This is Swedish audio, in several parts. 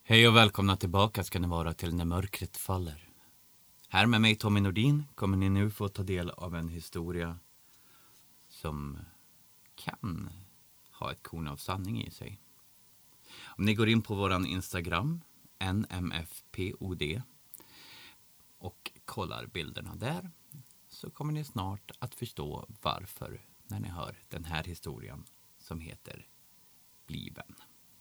Hej och välkomna tillbaka ska ni vara till När mörkret faller. Här med mig Tommy Nordin kommer ni nu få ta del av en historia som kan ha ett korn av sanning i sig. Om ni går in på våran Instagram, nmfpod, och kollar bilderna där så kommer ni snart att förstå varför när ni hör den här historien som heter Bli vän.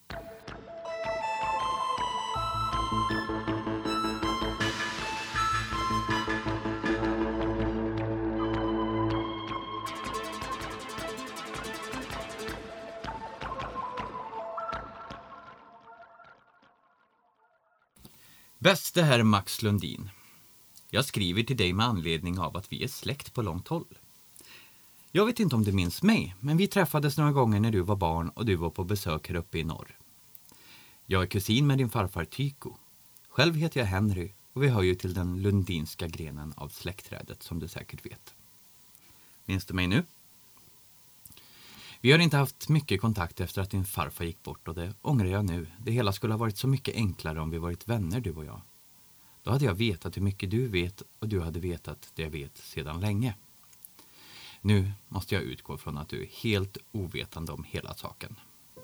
Bäste herr Max Lundin, jag skriver till dig med anledning av att vi är släkt på långt håll. Jag vet inte om du minns mig, men vi träffades några gånger när du var barn och du var på besök här uppe i norr. Jag är kusin med din farfar Tycho. Själv heter jag Henry och vi hör ju till den lundinska grenen av släktträdet som du säkert vet. Minns du mig nu? Vi har inte haft mycket kontakt efter att din farfar gick bort och det ångrar jag nu. Det hela skulle ha varit så mycket enklare om vi varit vänner du och jag. Då hade jag vetat hur mycket du vet och du hade vetat det jag vet sedan länge. Nu måste jag utgå från att du är helt ovetande om hela saken.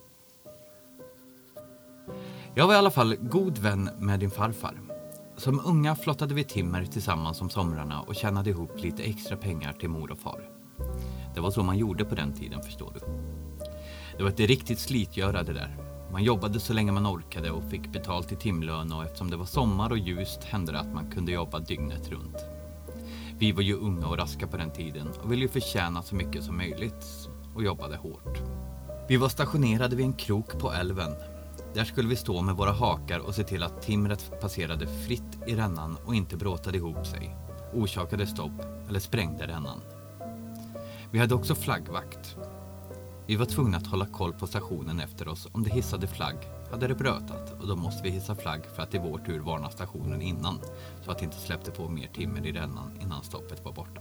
Jag var i alla fall god vän med din farfar. Som unga flottade vi timmer tillsammans om somrarna och tjänade ihop lite extra pengar till mor och far. Det var så man gjorde på den tiden, förstår du. Det var ett riktigt slitgöra det där. Man jobbade så länge man orkade och fick betalt i timlön, och eftersom det var sommar och ljust hände det att man kunde jobba dygnet runt. Vi var ju unga och raska på den tiden och ville ju förtjäna så mycket som möjligt och jobbade hårt. Vi var stationerade vid en krok på älven. Där skulle vi stå med våra hakar och se till att timret passerade fritt i rännan och inte bråtade ihop sig, orsakade stopp eller sprängde rännan. Vi hade också flaggvakt. Vi var tvungna att hålla koll på stationen efter oss. Om det hissade flagg hade det brötat och då måste vi hissa flagg för att i vår tur varna stationen innan, så att det inte släppte på mer timmer i rännan innan stoppet var borta.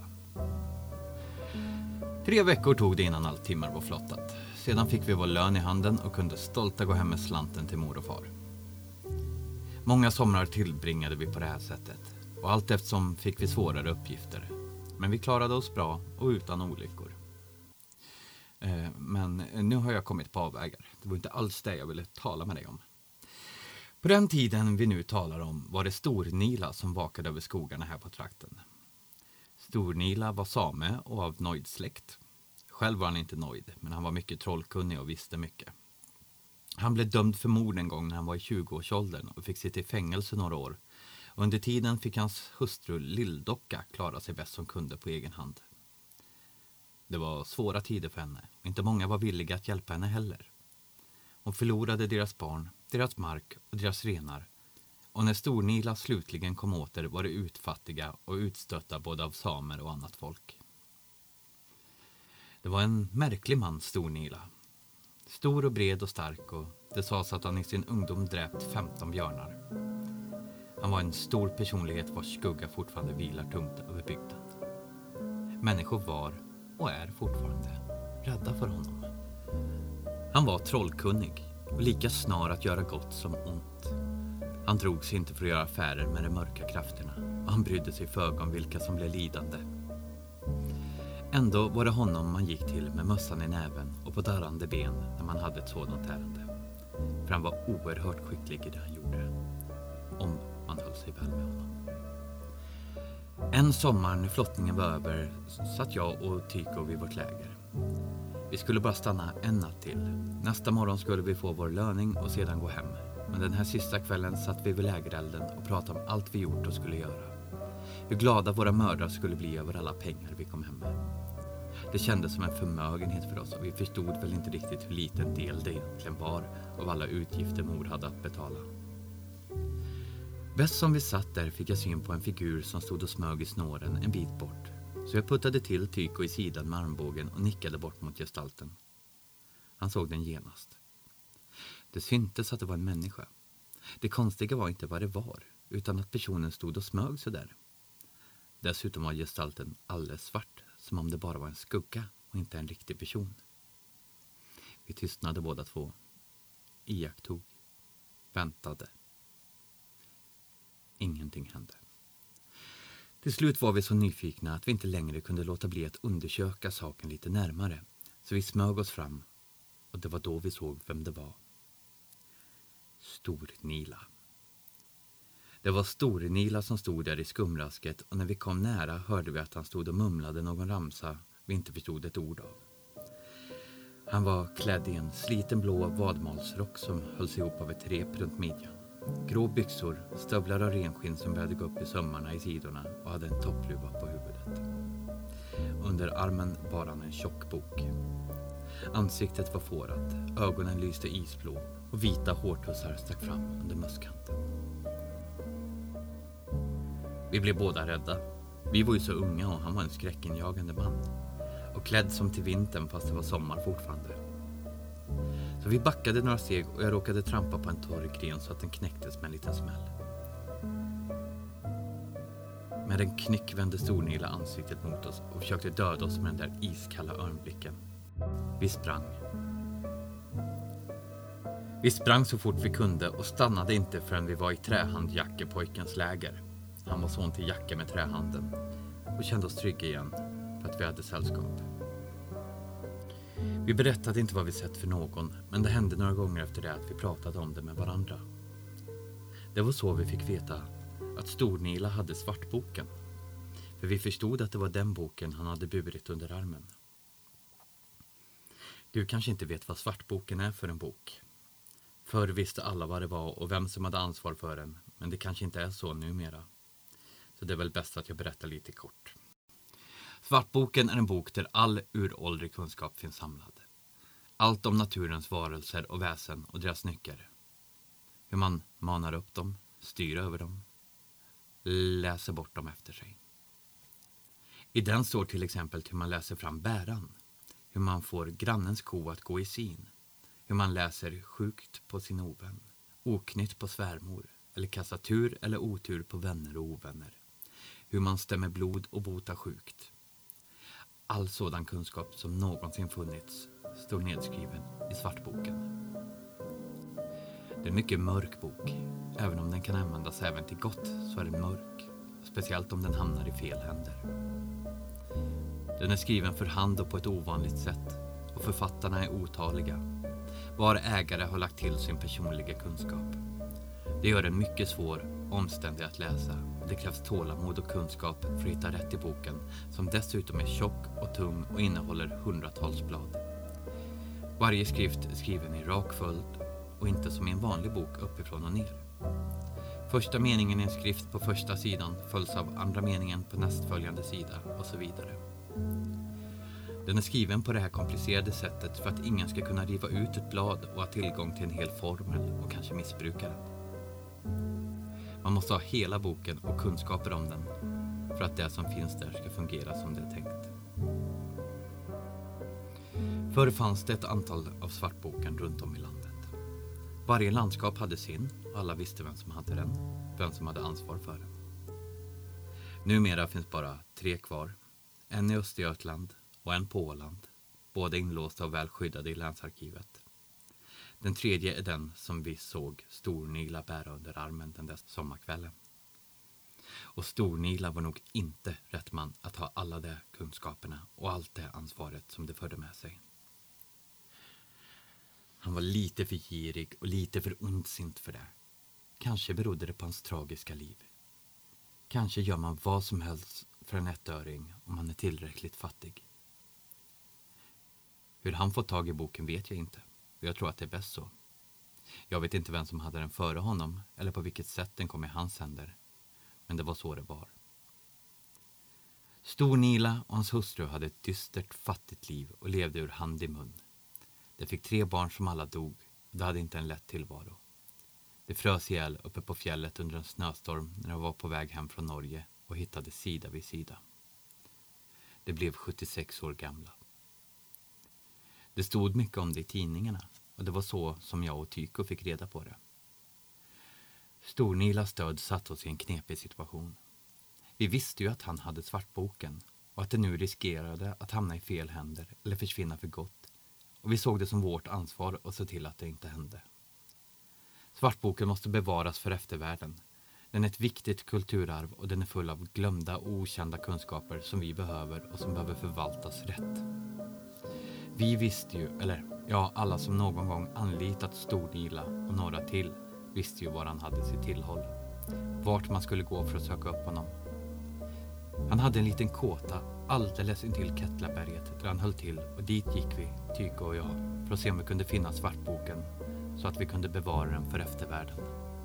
3 veckor tog det innan allt timmer var flottat. Sedan fick vi vår lön i handen och kunde stolta gå hem med slanten till mor och far. Många somrar tillbringade vi på det här sättet och allt eftersom fick vi svårare uppgifter. Men vi klarade oss bra och utan olyckor. Men nu har jag kommit på avvägar. Det var inte alls det jag ville tala med dig om. På den tiden vi nu talar om var det Stornila som vakade över skogarna här på trakten. Stornila var same och av Noid-släkt. Själv var han inte Noid, men han var mycket trollkunnig och visste mycket. Han blev dömd för mord en gång när han var i 20-årsåldern och fick sitta i fängelse några år. Och under tiden fick hans hustru Lilldocka klara sig bäst som kunde på egen hand. Det var svåra tider för henne och inte många var villiga att hjälpa henne heller. Hon förlorade deras barn, deras mark och deras renar. Och när Stornila slutligen kom åter var det utfattiga och utstötta både av samer och annat folk. Det var en märklig man, Stornila. Stor och bred och stark, och det sades att han i sin ungdom dräpt 15 björnar. Han var en stor personlighet vars skugga fortfarande vilar tungt över bygden. Människor var och är fortfarande rädda för honom. Han var trollkunnig och lika snar att göra gott som ont. Han drog sig inte för att göra affärer med de mörka krafterna och han brydde sig föga om vilka som blev lidande. Ändå var det honom man gick till med mössan i näven och på darrande ben när man hade ett sådant ärende. För han var oerhört skicklig i det han gjorde, om man höll sig väl med honom. En sommar när flottningen var över satt jag och Tycho vid vårt läger. Vi skulle bara stanna en natt till. Nästa morgon skulle vi få vår löning och sedan gå hem. Men den här sista kvällen satt vi vid lägerelden och pratade om allt vi gjort och skulle göra. Hur glada våra mördrar skulle bli över alla pengar vi kom hem med. Det kändes som en förmögenhet för oss och vi förstod väl inte riktigt hur liten del det egentligen var av alla utgifter mor hade att betala. Bäst som vi satt där fick jag syn på en figur som stod och smög i snåren en bit bort. Så jag puttade till Tycho i sidan med armbågen och nickade bort mot gestalten. Han såg den genast. Det syntes att det var en människa. Det konstiga var inte vad det var, utan att personen stod och smög så där. Dessutom var gestalten alldeles svart, som om det bara var en skugga och inte en riktig person. Vi tystnade båda två. Iakttog. Väntade. Ingenting hände. Till slut var vi så nyfikna att vi inte längre kunde låta bli att undersöka saken lite närmare. Så vi smög oss fram och det var då vi såg vem det var. Stor-Nila. Det var Stor-Nila som stod där i skumrasket och när vi kom nära hörde vi att han stod och mumlade någon ramsa vi inte förstod ett ord av. Han var klädd i en sliten blå vadmalsrock som hölls ihop av ett rep runt midjan. Grå byxor, stövlar av renskinn som började gå upp i sömmarna i sidorna och hade en toppluva på huvudet. Under armen bar han en tjock bok. Ansiktet var fårat, ögonen lyste isblå och vita hårtussar stack fram under mösskanten. Vi blev båda rädda. Vi var ju så unga och han var en skräckinjagande man. Och klädd som till vintern fast det var sommar fortfarande. Så vi backade några steg och jag råkade trampa på en torr gren så att den knäcktes med en liten smäll. Med en knyck vände Stor-Nila ansiktet mot oss och försökte döda oss med den där iskalla örnblicken. Vi sprang. Vi sprang så fort vi kunde och stannade inte förrän vi var i Trähandjackepojkens läger. Han var son till Jacke med Trähanden och kände oss trygga igen för att vi hade sällskap. Vi berättade inte vad vi sett för någon, men det hände några gånger efter det att vi pratade om det med varandra. Det var så vi fick veta att Stor-Nila hade svartboken. För vi förstod att det var den boken han hade burit under armen. Du kanske inte vet vad svartboken är för en bok. Förr visste alla vad det var och vem som hade ansvar för den, men det kanske inte är så numera. Så det är väl bäst att jag berättar lite kort. Svartboken är en bok där all uråldrig kunskap finns samlad. Allt om naturens varelser och väsen och deras nycker. Hur man manar upp dem, styr över dem, läser bort dem efter sig. I den står till exempel hur man läser fram bäran, hur man får grannens ko att gå i sin, hur man läser sjukt på sin ovän, oknytt på svärmor eller kastar tur eller otur på vänner och ovänner, hur man stämmer blod och botar sjukt. All sådan kunskap som någonsin funnits står nedskriven i svartboken. Det är en mycket mörk bok. Även om den kan användas även till gott så är den mörk. Speciellt om den hamnar i fel händer. Den är skriven för hand och på ett ovanligt sätt. Och författarna är otaliga. Var ägare har lagt till sin personliga kunskap. Det gör den mycket svår, omständig att läsa. Det krävs tålamod och kunskap för att hitta rätt i boken, som dessutom är tjock och tung och innehåller hundratals blad. Varje skrift är skriven i rak följd och inte som i en vanlig bok uppifrån och ner. Första meningen i en skrift på första sidan följs av andra meningen på nästföljande sida och så vidare. Den är skriven på det här komplicerade sättet för att ingen ska kunna riva ut ett blad och ha tillgång till en hel formel och kanske missbruka den. Man måste ha hela boken och kunskaper om den för att det som finns där ska fungera som det är tänkt. Förr fanns det ett antal av svartboken runt om i landet. Varje landskap hade sin, alla visste vem som hade den, vem som hade ansvar för den. Numera finns bara 3 kvar, en i Östergötland och en på Åland, båda inlåsta och väl skyddade i länsarkivet. Den tredje är den som vi såg Stor-Nila bära under armen den där sommarkvällen. Och Stor-Nila var nog inte rätt man att ha alla de kunskaperna och allt det ansvaret som det förde med sig. Han var lite för girig och lite för ondsint för det. Kanske berodde det på hans tragiska liv. Kanske gör man vad som helst för en ettöring om man är tillräckligt fattig. Hur han fått tag i boken vet jag inte. Jag tror att det är bäst så. Jag vet inte vem som hade den före honom eller på vilket sätt den kom i hans händer. Men det var så det var. Stor-Nila och hans hustru hade ett dystert, fattigt liv och levde ur hand i mun. De fick 3 barn som alla dog och det hade inte en lätt tillvaro. De frös ihjäl uppe på fjället under en snöstorm när de var på väg hem från Norge och hittade sida vid sida. De blev 76 år gamla. Det stod mycket om det i tidningarna och det var så som jag och Tyko fick reda på det. Stor-Nilas död satt oss i en knepig situation. Vi visste ju att han hade svartboken och att det nu riskerade att hamna i fel händer eller försvinna för gott. Och vi såg det som vårt ansvar att se till att det inte hände. Svartboken måste bevaras för eftervärlden. Den är ett viktigt kulturarv och den är full av glömda och okända kunskaper som vi behöver och som behöver förvaltas rätt. Vi visste ju, eller ja, alla som någon gång anlitat Stornila och några till visste ju var han hade sitt tillhåll. Vart man skulle gå för att söka upp honom. Han hade en liten kåta alldeles intill Kettlaberget där han höll till och dit gick vi, Tyko och jag, för att se om vi kunde finna svartboken så att vi kunde bevara den för eftervärlden.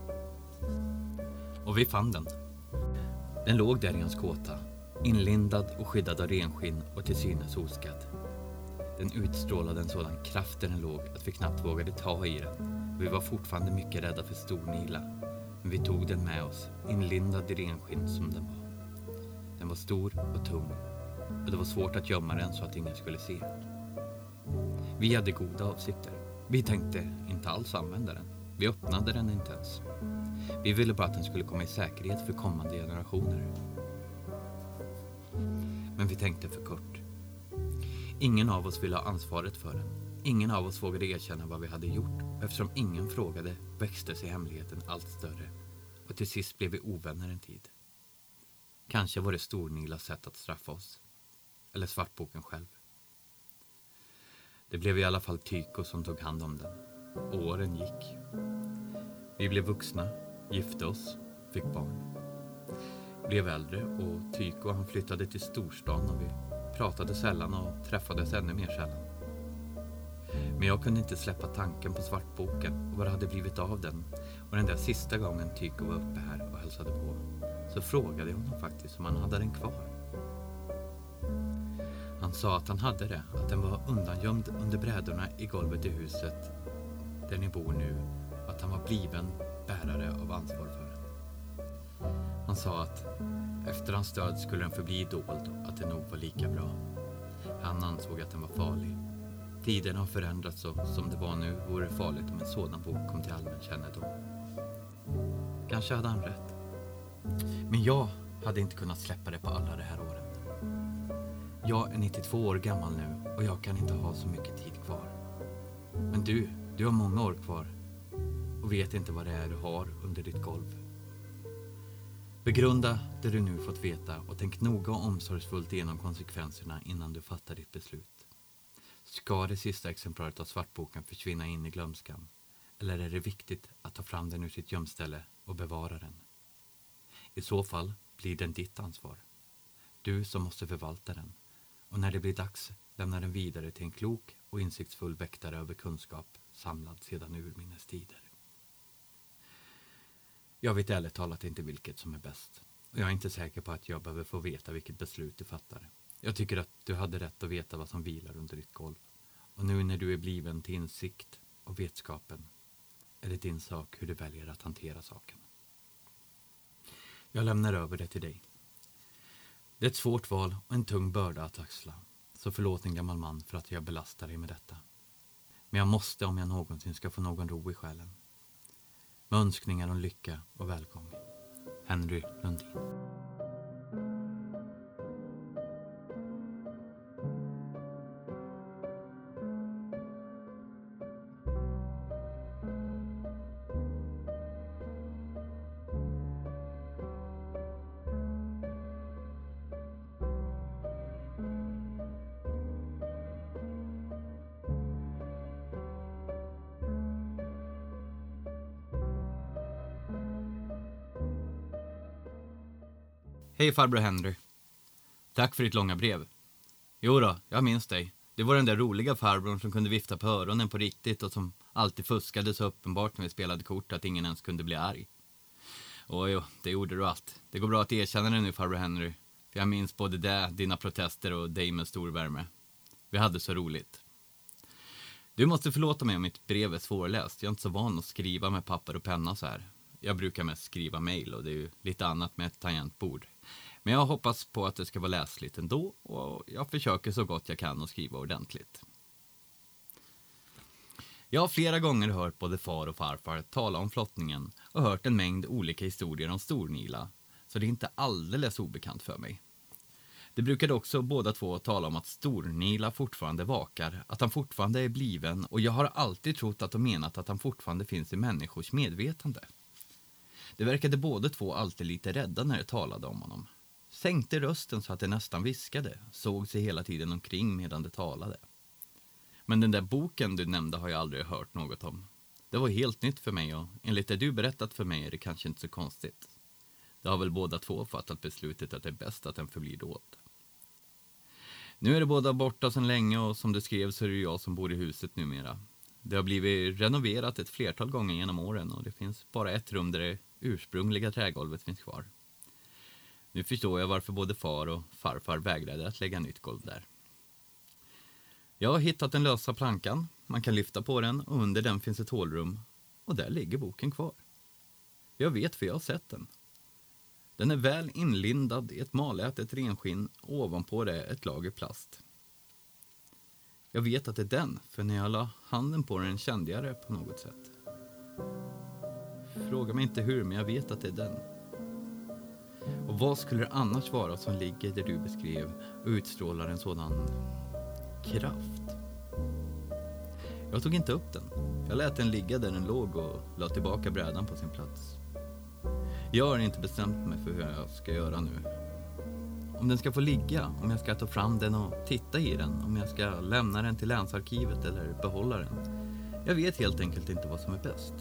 Och vi fann den. Den låg där i hans kåta, inlindad och skyddad av renskinn och till synes oskadd. Den utstrålade en sådan kraft där den låg att vi knappt vågade ta i den. Vi var fortfarande mycket rädda för Stornila, men vi tog den med oss, inlindad i renskinn som den var. Den var stor och tung och det var svårt att gömma den så att ingen skulle se. Vi hade goda avsikter. Vi tänkte inte alls använda den. Vi öppnade den inte ens. Vi ville bara att den skulle komma i säkerhet för kommande generationer. Men vi tänkte för kort. Ingen av oss ville ha ansvaret för den. Ingen av oss vågade erkänna vad vi hade gjort. Eftersom ingen frågade växte sig hemligheten allt större. Och till sist blev vi ovänner en tid. Kanske var det Stornilas sätt att straffa oss. Eller svartboken själv. Det blev i alla fall Tyko som tog hand om den. Åren gick. Vi blev vuxna, gifte oss, fick barn. Blev äldre och Tyko han flyttade till storstan och vi pratade sällan och träffades ännu mer sällan. Men jag kunde inte släppa tanken på svartboken och vad det hade blivit av den. Och den där sista gången Tyko var uppe här och hälsade på så frågade jag honom faktiskt om han hade den kvar. Han sa att han hade det, att den var undangömd under brädorna i golvet i huset där ni bor nu, att han var bliven bärare av ansvar för den. Han sa att efter hans död skulle den förbli dold, att det nog var lika bra. Han ansåg att den var farlig. Tiden har förändrats och som det var nu vore det farligt om en sådan bok kom till allmän kännedom. Kanske hade han rätt. Men jag hade inte kunnat släppa det på alla de här åren. Jag är 92 år gammal nu och jag kan inte ha så mycket tid kvar. Men du har många år kvar och vet inte vad det är du har under ditt golv. Begrunda det du nu fått veta och tänk noga och omsorgsfullt igenom konsekvenserna innan du fattar ditt beslut. Ska det sista exemplaret av svartboken försvinna in i glömskan? Eller är det viktigt att ta fram den ur sitt gömställe och bevara den? I så fall blir den ditt ansvar. Du som måste förvalta den. Och när det blir dags lämna den vidare till en klok och insiktsfull väktare över kunskap samlad sedan urminnes tider. Jag vet ärligt talat inte vilket som är bäst. Och jag är inte säker på att jag behöver få veta vilket beslut du fattar. Jag tycker att du hade rätt att veta vad som vilar under ditt golv. Och nu när du är bliven till insikt och vetskapen är det din sak hur du väljer att hantera saken. Jag lämnar över det till dig. Det är ett svårt val och en tung börda att axla. Så förlåt en gammal man för att jag belastar dig med detta. Men jag måste om jag någonsin ska få någon ro i själen. Med önskningar om lycka och välgång. Henry Lundin. Hej farbror Henry. Tack för ditt långa brev. Jo då, jag minns dig. Det var den där roliga farbrorn som kunde vifta på öronen på riktigt och som alltid fuskade så uppenbart när vi spelade kort att ingen ens kunde bli arg. Och jo, det gjorde du allt. Det går bra att erkänna det nu farbror Henry. För jag minns både det, dina protester och dig med stor värme. Vi hade så roligt. Du måste förlåta mig om mitt brev är svårläst. Jag är inte så van att skriva med papper och penna så här. Jag brukar mest skriva mejl och det är ju lite annat med ett tangentbord. Men jag hoppas på att det ska vara läsligt ändå och jag försöker så gott jag kan att skriva ordentligt. Jag har flera gånger hört både far och farfar tala om flottningen och hört en mängd olika historier om Stornila, så det är inte alldeles obekant för mig. Det brukade också båda två tala om att Stornila fortfarande vakar, att han fortfarande är bliven och jag har alltid trott att de menat att han fortfarande finns i människors medvetande. Det verkade båda två alltid lite rädda när de talade om honom. Sänkte rösten så att det nästan viskade, såg sig hela tiden omkring medan de talade. Men den där boken du nämnde har jag aldrig hört något om. Det var helt nytt för mig och enligt det du berättat för mig är det kanske inte så konstigt. Det har väl båda två fattat beslutet att det är bäst att den förblir dold. Nu är det båda borta sedan länge och som du skrev så är det jag som bor i huset numera. Det har blivit renoverat ett flertal gånger genom åren och det finns bara ett rum där det ursprungliga trägolvet finns kvar. Nu förstår jag varför både far och farfar vägrade att lägga nytt golv där. Jag har hittat den lösa plankan, man kan lyfta på den och under den finns ett hålrum och där ligger boken kvar. Jag vet för jag har sett den. Den är väl inlindad i ett malätet renskinn och ovanpå det ett lager plast. Jag vet att det är den, för när jag la handen på den kände jag det på något sätt. Fråga mig inte hur, men jag vet att det är den. Och vad skulle det annars vara som ligger där du beskrev och utstrålar en sådan kraft? Jag tog inte upp den. Jag lät den ligga där den låg och la tillbaka brädan på sin plats. Jag har inte bestämt mig för hur jag ska göra nu. Om den ska få ligga, om jag ska ta fram den och titta i den, om jag ska lämna den till länsarkivet eller behålla den. Jag vet helt enkelt inte vad som är bäst.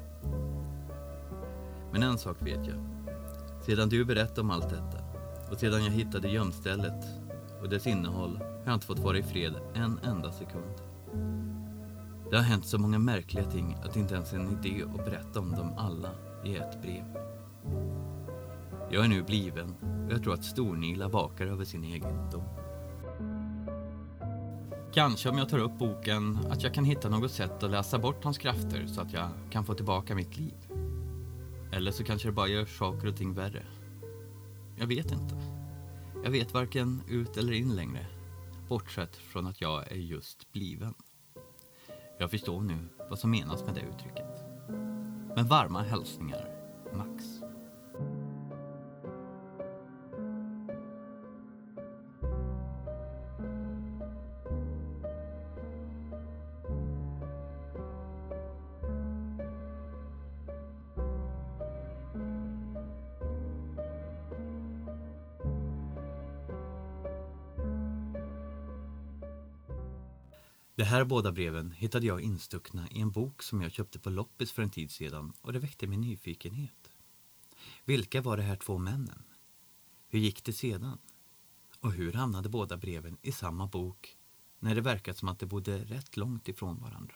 Men en sak vet jag. Sedan du berättade om allt detta och sedan jag hittade gömstället och dess innehåll har jag inte fått vara i fred en enda sekund. Det har hänt så många märkliga ting att det inte ens är en idé att berätta om dem alla i ett brev. Jag är nu bliven och jag tror att Stornila vakar över sin egendom. Kanske om jag tar upp boken att jag kan hitta något sätt att läsa bort hans krafter så att jag kan få tillbaka mitt liv. Eller så kanske det bara gör saker och ting värre. Jag vet inte. Jag vet varken ut eller in längre. Bortsett från att jag är just bliven. Jag förstår nu vad som menas med det uttrycket. Men varma hälsningar, Max. De här båda breven hittade jag instuckna i en bok som jag köpte på loppis för en tid sedan och det väckte min nyfikenhet. Vilka var de här två männen? Hur gick det sedan? Och hur hamnade båda breven i samma bok när det verkade som att de bodde rätt långt ifrån varandra?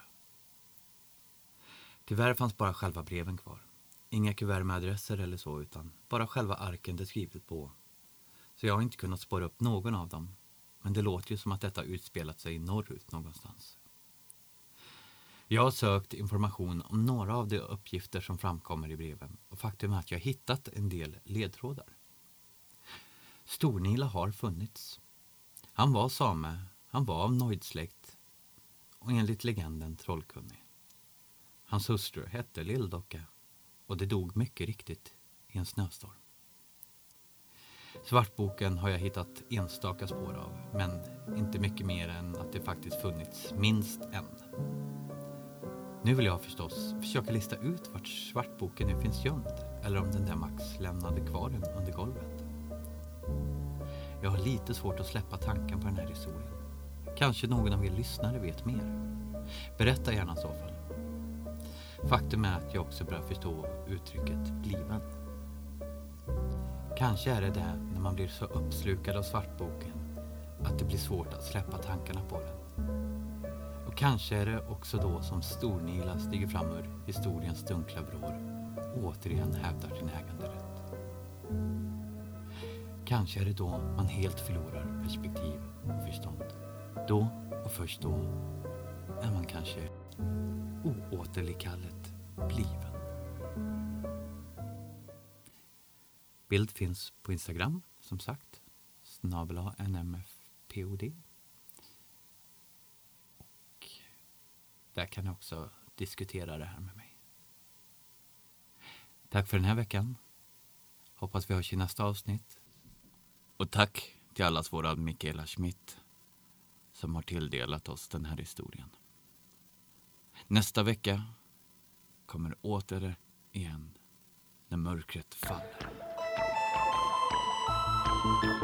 Tyvärr fanns bara själva breven kvar. Inga kuvert med adresser eller så utan bara själva arken det skrivit på. Så jag har inte kunnat spåra upp någon av dem. Men det låter ju som att detta utspelat sig norrut någonstans. Jag har sökt information om några av de uppgifter som framkommer i breven och faktum är att jag har hittat en del ledtrådar. Stornila har funnits. Han var same, han var av nöjdsläkt och enligt legenden trollkunnig. Hans hustru hette Lilldocka och det dog mycket riktigt i en snöstorm. Svartboken har jag hittat enstaka spår av, men inte mycket mer än att det faktiskt funnits minst en. Nu vill jag förstås försöka lista ut vart svartboken nu finns gömd, eller om den där Max lämnade kvar den under golvet. Jag har lite svårt att släppa tanken på den här historien. Kanske någon av er lyssnare vet mer. Berätta gärna i så fall. Faktum är att jag också börjar förstå uttrycket bliven. Kanske är det där när man blir så uppslukad av svartboken att det blir svårt att släppa tankarna på den. Och kanske är det också då som Stornila stiger fram ur historiens dunkla vrår och återigen hävdar sin äganderätt. Kanske är det då man helt förlorar perspektiv och förstånd. Då och först då är man kanske oåterkalleligt bliven. Bild finns på Instagram, som sagt, @nmfpod. Och där kan jag också diskutera det här med mig. Tack för den här veckan. Hoppas vi hörs i nästa avsnitt. Och tack till allas våra Mikaela Schmidt som har tilldelat oss den här historien. Nästa vecka kommer åter igen när mörkret faller.